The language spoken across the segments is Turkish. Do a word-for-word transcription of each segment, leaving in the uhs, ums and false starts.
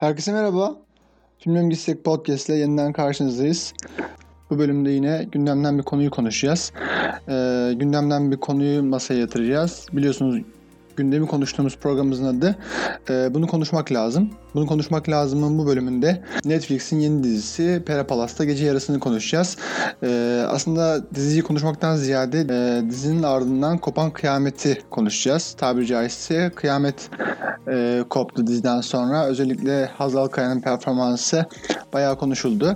Herkese merhaba. Filmden Gitsek Podcast ile yeniden karşınızdayız. Bu bölümde yine gündemden bir konuyu konuşacağız. Ee, gündemden bir konuyu masaya yatıracağız. Biliyorsunuz gündemi konuştuğumuz programımızın adı e, Bunu Konuşmak Lazım. Bunu Konuşmak Lazım'ın bu bölümünde Netflix'in yeni dizisi Pera Palas'ta Gece Yarısı'nı konuşacağız. E, aslında diziyi konuşmaktan ziyade e, dizinin ardından kopan kıyameti konuşacağız. Tabiri caizse kıyamet e, koptu diziden sonra. Özellikle Hazal Kaya'nın performansı bayağı konuşuldu.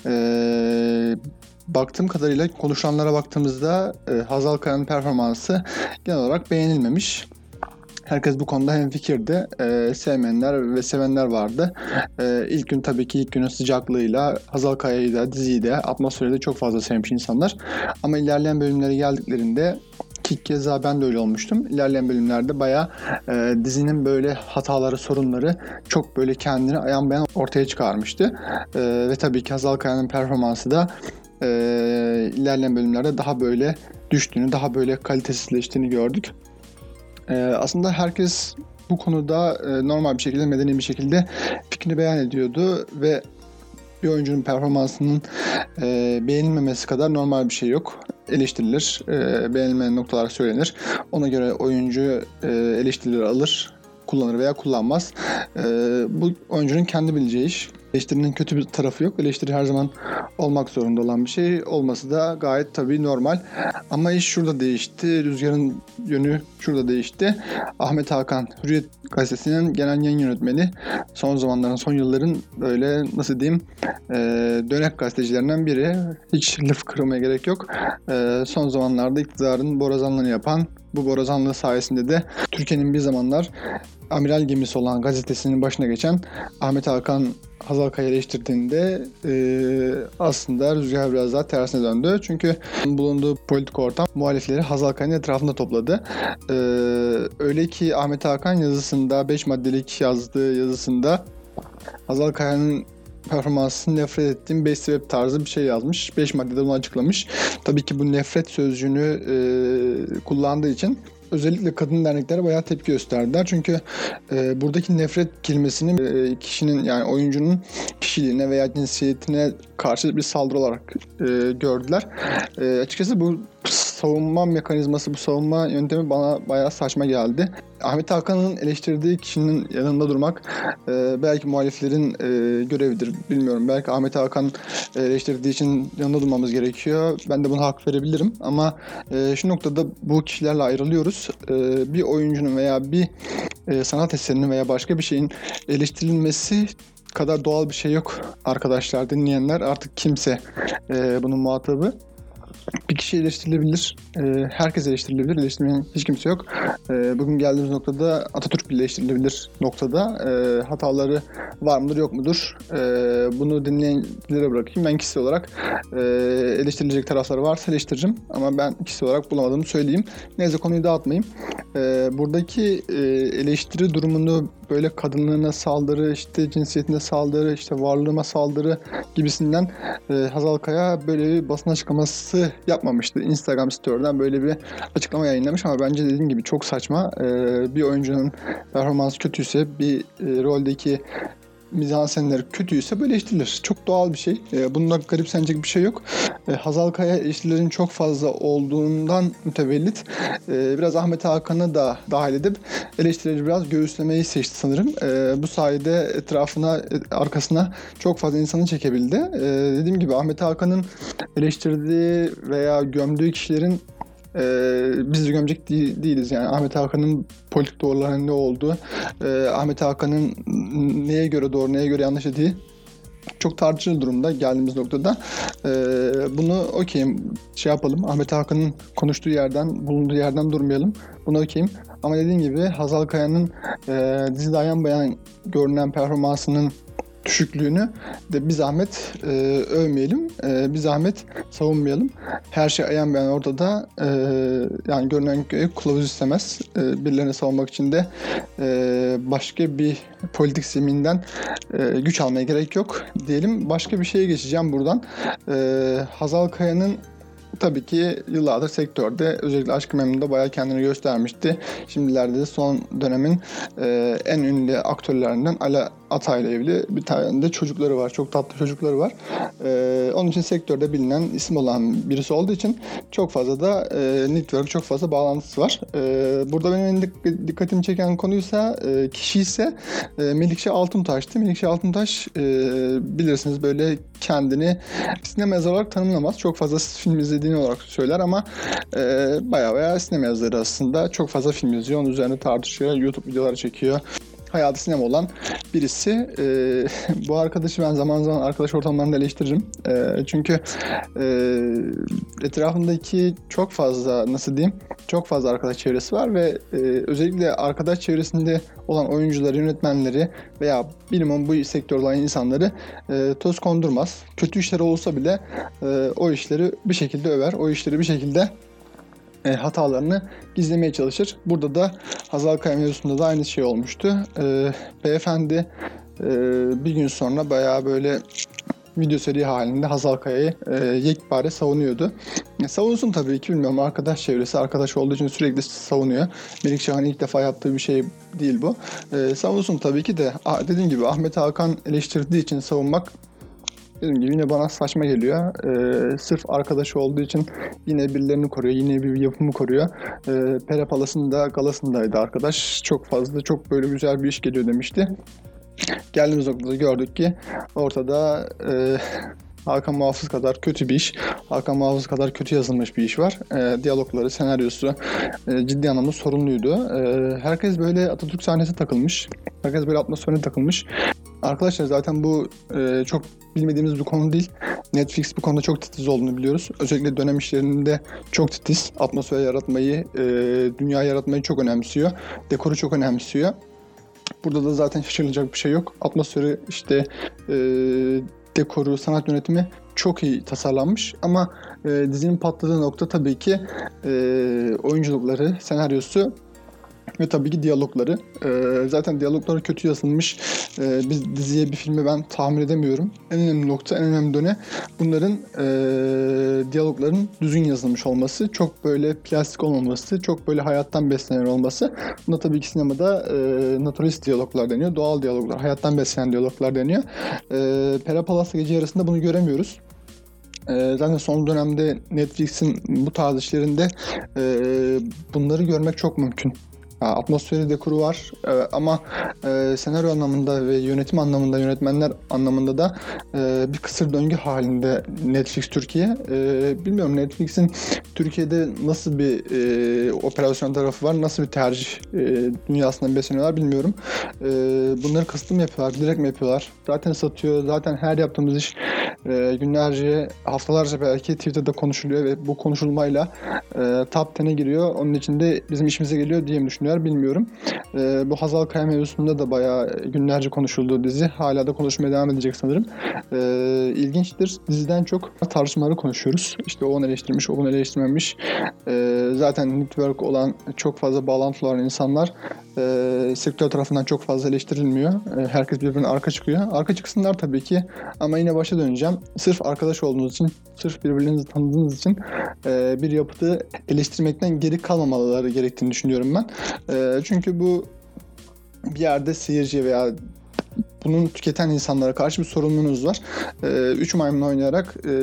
E, Baktığım kadarıyla konuşulanlara baktığımızda e, Hazal Kaya'nın performansı genel olarak beğenilmemiş. Herkes bu konuda hemfikirdi. Ee, sevmeyenler ve sevenler vardı. Ee, ilk gün tabii ki ilk günün sıcaklığıyla Hazal Kaya'yı da diziyi de atmosferi de çok fazla sevmiş insanlar. Ama ilerleyen bölümlere geldiklerinde ki keza ben de öyle olmuştum. İlerleyen bölümlerde bayağı e, dizinin böyle hataları, sorunları çok böyle kendini ayan beyan ortaya çıkarmıştı. E, ve tabii ki Hazal Kaya'nın performansı da e, ilerleyen bölümlerde daha böyle düştüğünü, daha böyle kalitesizleştiğini gördük. Ee, aslında herkes bu konuda e, normal bir şekilde, medeni bir şekilde fikrini beyan ediyordu ve bir oyuncunun performansının e, beğenilmemesi kadar normal bir şey yok. Eleştirilir, e, beğenilmeyen noktalar söylenir. Ona göre oyuncu e, eleştirileri alır, kullanır veya kullanmaz. E, bu oyuncunun kendi bileceği iş. Eleştirinin kötü bir tarafı yok. Eleştiri her zaman olmak zorunda olan bir şey. Olması da gayet tabii normal. Ama iş şurada değişti. Rüzgarın yönü şurada değişti. Ahmet Hakan, Hürriyet Gazetesi'nin genel yayın yönetmeni. Son zamanların, son yılların böyle nasıl diyeyim e, dönek gazetecilerinden biri. Hiç laf kırmaya gerek yok. E, son zamanlarda iktidarın borazanlığını yapan, bu borazanlığı sayesinde de Türkiye'nin bir zamanlar amiral gemisi olan gazetesinin başına geçen Ahmet Hakan Hazal Kaya eleştirdiğinde e, aslında rüzgar biraz daha tersine döndü. Çünkü bulunduğu politik ortam muhalifleri Hazal Kaya'nın etrafında topladı. E, öyle ki Ahmet Hakan yazısında, beş maddelik yazdığı yazısında Hazal Kaya'nın performansını nefret ettiğim beş sebep tarzı bir şey yazmış. beş maddede bunu açıklamış. Tabii ki bu nefret sözcüğünü e, kullandığı için özellikle kadın dernekleri bayağı tepki gösterdiler. Çünkü e, buradaki nefret kelimesini e, kişinin yani oyuncunun kişiliğine veya cinsiyetine karşı bir saldırı olarak e, gördüler. E, açıkçası bu savunma mekanizması, bu savunma yöntemi bana bayağı saçma geldi. Ahmet Hakan'ın eleştirdiği kişinin yanında durmak e, belki muhaliflerin e, görevidir. Bilmiyorum. Belki Ahmet Hakan eleştirdiği için yanında durmamız gerekiyor. Ben de buna hak verebilirim. Ama e, şu noktada bu kişilerle ayrılıyoruz. E, bir oyuncunun veya bir e, sanat eserinin veya başka bir şeyin eleştirilmesi kadar doğal bir şey yok arkadaşlar, dinleyenler. Artık kimse e, bunun muhatabı. Bir kişi eleştirilebilir, e, herkes eleştirilebilir, eleştirmeyen hiç kimse yok. E, bugün geldiğimiz noktada Atatürk bile eleştirilebilir noktada. E, hataları var mıdır, yok mudur? E, bunu dinleyenlere bırakayım. Ben kişisel olarak e, eleştirilecek tarafları varsa eleştiririm. Ama ben kişisel olarak bulamadığımı söyleyeyim. Neyse, konuyu dağıtmayayım. E, buradaki e, eleştiri durumunu böyle kadınlığına saldırı, işte cinsiyetine saldırı, işte varlığıma saldırı gibisinden e, Hazal Kaya böyle bir basın açıklaması yapmamıştı. Instagram Story'den böyle bir açıklama yayınlamış ama bence dediğim gibi çok saçma. E, bir oyuncunun performansı kötüyse, bir e, roldeki mizansenler kötüyse böyle eleştirilir. Çok doğal bir şey. E, bunda garipsenecek bir şey yok. E, Hazal Kaya eleştirilerin çok fazla olduğundan mütevellit e, biraz Ahmet Hakan'ı da dahil edip eleştirileri biraz göğüslemeyi seçti sanırım. E, bu sayede etrafına, arkasına çok fazla insanı çekebildi. E, dediğim gibi Ahmet Hakan'ın eleştirdiği veya gömdüğü kişilerin Ee, biz de gömecek değil, değiliz yani. Ahmet Hakan'ın politik doğrularının ne olduğu, e, Ahmet Hakan'ın neye göre doğru, neye göre yanlış dediği çok tartışılı durumda geldiğimiz noktada. Ee, bunu okeyim, şey yapalım. Ahmet Hakan'ın konuştuğu yerden, bulunduğu yerden durmayalım. Bunu okeyim. Ama dediğim gibi Hazal Kaya'nın e, dizide ayan bayan görünen performansının düşüklüğünü de bir zahmet e, övmeyelim, e, bir zahmet savunmayalım. Her şey ayan beyan ortada. E, yani görünen köy kılavuz istemez. E, birilerini savunmak için de e, başka bir politik zeminden e, güç almaya gerek yok diyelim. Başka bir şeye geçeceğim buradan. E, Hazal Kaya'nın tabii ki yıllardır sektörde, özellikle Aşk-ı Memnu'da bayağı kendini göstermişti. Şimdilerde de son dönemin e, en ünlü aktörlerinden Ala Atay'la evli. Bir tane de çocukları var. Çok tatlı çocukları var. Ee, onun için sektörde bilinen isim olan birisi olduğu için çok fazla da e, network, çok fazla bağlantısı var. Ee, burada benim en dik- dikkatimi çeken konuysa e, kişi ise e, Melikşah Altuntaş'tı. Melikşah Altuntaş e, bilirsiniz böyle kendini sinema yazarı olarak tanımlamaz. Çok fazla film izlediğini olarak söyler ama e, baya baya sinema yazarı aslında. Çok fazla film izliyor. Onun üzerine tartışıyor. YouTube videoları çekiyor. Hayatı sinema olan birisi. E, bu arkadaşı ben zaman zaman arkadaş ortamlarında eleştiririm. E, çünkü e, etrafındaki çok fazla, nasıl diyeyim, çok fazla arkadaş çevresi var ve e, özellikle arkadaş çevresinde olan oyuncuları, yönetmenleri veya bilmem bu sektörde olan insanları e, toz kondurmaz. Kötü işleri olsa bile e, o işleri bir şekilde över. O işleri bir şekilde E, hatalarını gizlemeye çalışır. Burada da Hazal Kaya mevzusunda da aynı şey olmuştu. E, beyefendi e, bir gün sonra bayağı böyle video seri halinde Hazal Kaya'yı e, yekpare savunuyordu. E, savunsun tabii ki, bilmiyorum, arkadaş çevresi, arkadaş olduğu için sürekli savunuyor. Melikşah'ın ilk defa yaptığı bir şey değil bu. E, savunsun tabii ki de dediğim gibi Ahmet Hakan eleştirdiği için savunmak, dediğim gibi yine bana saçma geliyor. Ee, sırf arkadaşı olduğu için yine birilerini koruyor, yine bir yapımı koruyor. Ee, Pere Palas'ın galasındaydı arkadaş. Çok fazla, çok böyle güzel bir iş geliyor demişti. Geldiğimiz noktada gördük ki ortada e, Hakan Muhafız kadar kötü bir iş, Hakan Muhafız kadar kötü yazılmış bir iş var. E, diyalogları, senaryosu e, ciddi anlamda sorunluydu. E, herkes böyle Atatürk sahnesi takılmış. Herkes böyle atmosferine takılmış. Arkadaşlar zaten bu e, çok bilmediğimiz bir konu değil. Netflix bu konuda çok titiz olduğunu biliyoruz. Özellikle dönem işlerinde çok titiz. Atmosfer yaratmayı, e, dünya yaratmayı çok önemsiyor. Dekoru çok önemsiyor. Burada da zaten şaşırılacak bir şey yok. Atmosferi, işte e, dekoru, sanat yönetimi çok iyi tasarlanmış. Ama e, dizinin patladığı nokta tabii ki e, oyunculukları, senaryosu ve tabii ki diyalogları. Ee, zaten diyalogları kötü yazılmış. Ee, biz diziye, bir filme ben tahammül edemiyorum. En önemli nokta, en önemli döne bunların e, diyalogların düzgün yazılmış olması. Çok böyle plastik olmaması, çok böyle hayattan beslenen olması. Buna tabii ki sinemada e, naturalist diyaloglar deniyor. Doğal diyaloglar, hayattan beslenen diyaloglar deniyor. E, Pera Palas'ta gece yarısında bunu göremiyoruz. E, zaten son dönemde Netflix'in bu tarz işlerinde e, bunları görmek çok mümkün. Atmosferi, dekoru var ee, ama e, senaryo anlamında ve yönetim anlamında, yönetmenler anlamında da e, bir kısır döngü halinde Netflix Türkiye. E, bilmiyorum Netflix'in Türkiye'de nasıl bir e, operasyon tarafı var, nasıl bir tercih e, dünyasından besleniyorlar bilmiyorum. E, bunları kasıtlı mı yapıyorlar, direkt mi yapıyorlar? Zaten satıyor, zaten her yaptığımız iş e, günlerce, haftalarca belki Twitter'da konuşuluyor ve bu konuşulmayla e, top ten'e giriyor. Onun için de bizim işimize geliyor diye mi düşünüyorlar bilmiyorum. Ee, bu Hazal Kaya mevzusunda da bayağı günlerce konuşulduğu dizi. Hala da konuşmaya devam edecek sanırım. Ee, ilginçtir. Diziden çok tartışmaları konuşuyoruz. İşte o onu eleştirmiş, o bunu eleştirmemiş. Ee, zaten network olan, çok fazla bağlantılı olan insanlar e, sektör tarafından çok fazla eleştirilmiyor. E, herkes birbirine arka çıkıyor. Arka çıksınlar tabii ki. Ama yine başa döneceğim. Sırf arkadaş olduğunuz için, sırf birbirinizi tanıdığınız için e, bir yapıtı eleştirmekten geri kalmamaları gerektiğini düşünüyorum ben. E, çünkü bu bir yerde seyirci veya bunun tüketen insanlara karşı bir sorumluluğunuz var. E, üç maymun oynayarak e,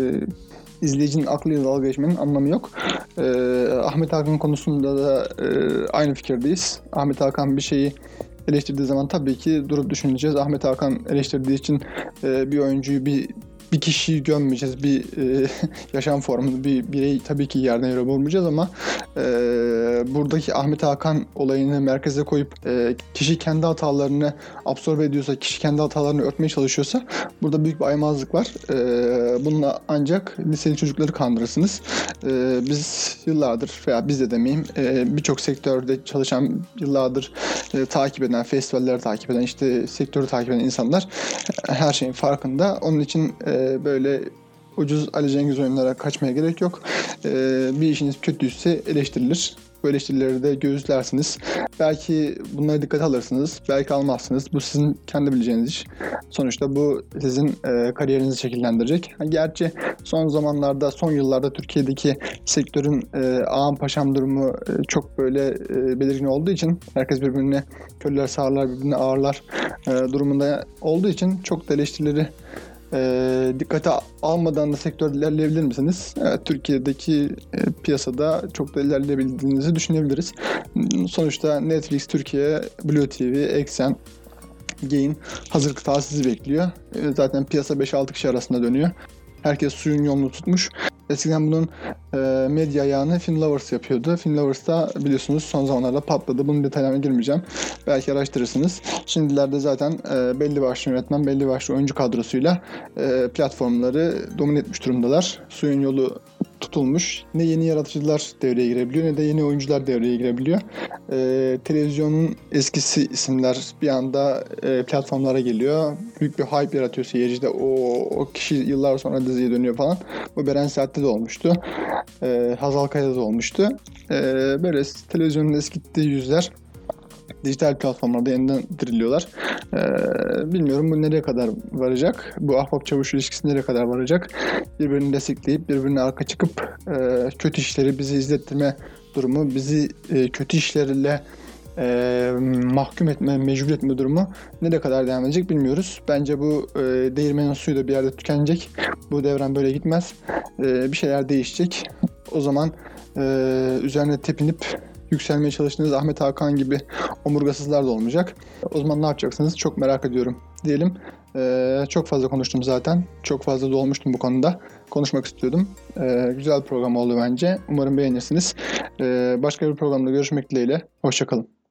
izleyicinin aklıyla dalga geçmenin anlamı yok. E, Ahmet Hakan konusunda da e, aynı fikirdeyiz. Ahmet Hakan bir şeyi eleştirdiği zaman tabii ki durup düşüneceğiz. Ahmet Hakan eleştirdiği için e, bir oyuncuyu, bir bir kişiyi gömmeyeceğiz, bir e, yaşam formunu, bir birey tabii ki yerden yere vurmayacağız ama e, buradaki Ahmet Hakan olayını merkeze koyup e, kişi kendi hatalarını absorbe ediyorsa, kişi kendi hatalarını örtmeye çalışıyorsa burada büyük bir aymazlık var. E, bununla ancak liseli çocukları kandırırsınız. E, biz yıllardır, veya biz de demeyeyim, e, birçok sektörde çalışan, yıllardır e, takip eden, festivalleri takip eden, işte sektörü takip eden insanlar her şeyin farkında. Onun için e, böyle ucuz Ali Cengiz oyunlara kaçmaya gerek yok. Ee, bir işiniz kötüyse eleştirilir. Bu eleştirileri de göğüslersiniz. Belki bunlara dikkate alırsınız, belki almazsınız. Bu sizin kendi bileceğiniz iş. Sonuçta bu sizin e, kariyerinizi şekillendirecek. Gerçi son zamanlarda, son yıllarda Türkiye'deki sektörün e, ağam paşam durumu e, çok böyle e, belirgin olduğu için, herkes birbirine köller sağırlar, birbirine ağırlar e, durumunda olduğu için çok da eleştirileri E, dikkate almadan da sektörde ilerleyebilir misiniz? Evet, Türkiye'deki e, piyasada çok da ilerleyebildiğinizi düşünebiliriz. Sonuçta Netflix Türkiye, Blue T V, Exxen, Gain hazır kıta sizi bekliyor. E, zaten piyasa beş altı kişi arasında dönüyor. Herkes suyun yolunu tutmuş. Eskiden bunun e, medya ayağını Finlovers yapıyordu. Finlovers da biliyorsunuz son zamanlarda patladı. Bunun detaylarına girmeyeceğim. Belki araştırırsınız. Şimdilerde zaten e, belli başlı yönetmen, belli başlı oyuncu kadrosuyla e, platformları domine etmiş durumdalar. Suyun yolu tutulmuş. Ne yeni yaratıcılar devreye girebiliyor ne de yeni oyuncular devreye girebiliyor. E, televizyonun eskisi isimler bir anda e, platformlara geliyor. Büyük bir hype yaratıyor seyircide. O, o kişi yıllar sonra diziye dönüyor falan. Bu Beren Saat'te de olmuştu. E, Hazal Kaya'da da olmuştu. E, böyle televizyonun eskittiği yüzler dijital platformlarda yeniden diriliyorlar. Ee, bilmiyorum bu nereye kadar varacak? Bu ahbap çavuş ilişkisi nereye kadar varacak? Birbirini destekleyip birbirine arka çıkıp e, kötü işleri bizi izlettirme durumu, bizi e, kötü işlerle e, mahkum etme, mecbur etme durumu nereye kadar devam edecek bilmiyoruz. Bence bu e, değirmenin suyu da bir yerde tükenecek. Bu devran böyle gitmez. E, bir şeyler değişecek. O zaman e, üzerine tepinip yükselmeye çalıştığınız Ahmet Hakan gibi omurgasızlar da olmayacak. O zaman ne yapacaksınız? Çok merak ediyorum diyelim. Ee, çok fazla konuştum zaten. Çok fazla dolmuştum bu konuda. Konuşmak istiyordum. Ee, güzel bir program oldu bence. Umarım beğenirsiniz. Ee, başka bir programda görüşmek dileğiyle. Hoşça kalın.